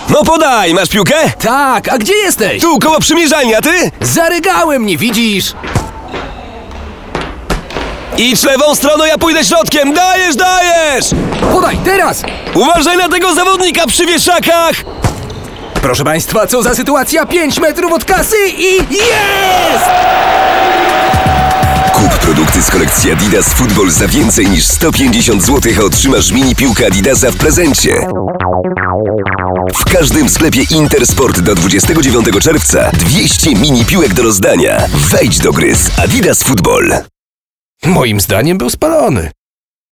No podaj, masz piłkę? Tak, a gdzie jesteś? Tu, koło przymierzalni, a ty? Zarygałem, nie widzisz? Idź lewą stroną, ja pójdę środkiem. Dajesz, dajesz! Podaj, teraz! Uważaj na tego zawodnika przy wieszakach! Proszę państwa, co za sytuacja? 5 metrów od kasy i jest! Kup produkty z kolekcji Adidas Football za więcej niż 150 zł, a otrzymasz mini piłkę Adidasa w prezencie. W każdym sklepie Intersport do 29 czerwca 200 mini piłek do rozdania. Wejdź do gry z Adidas Football. Moim zdaniem był spalony.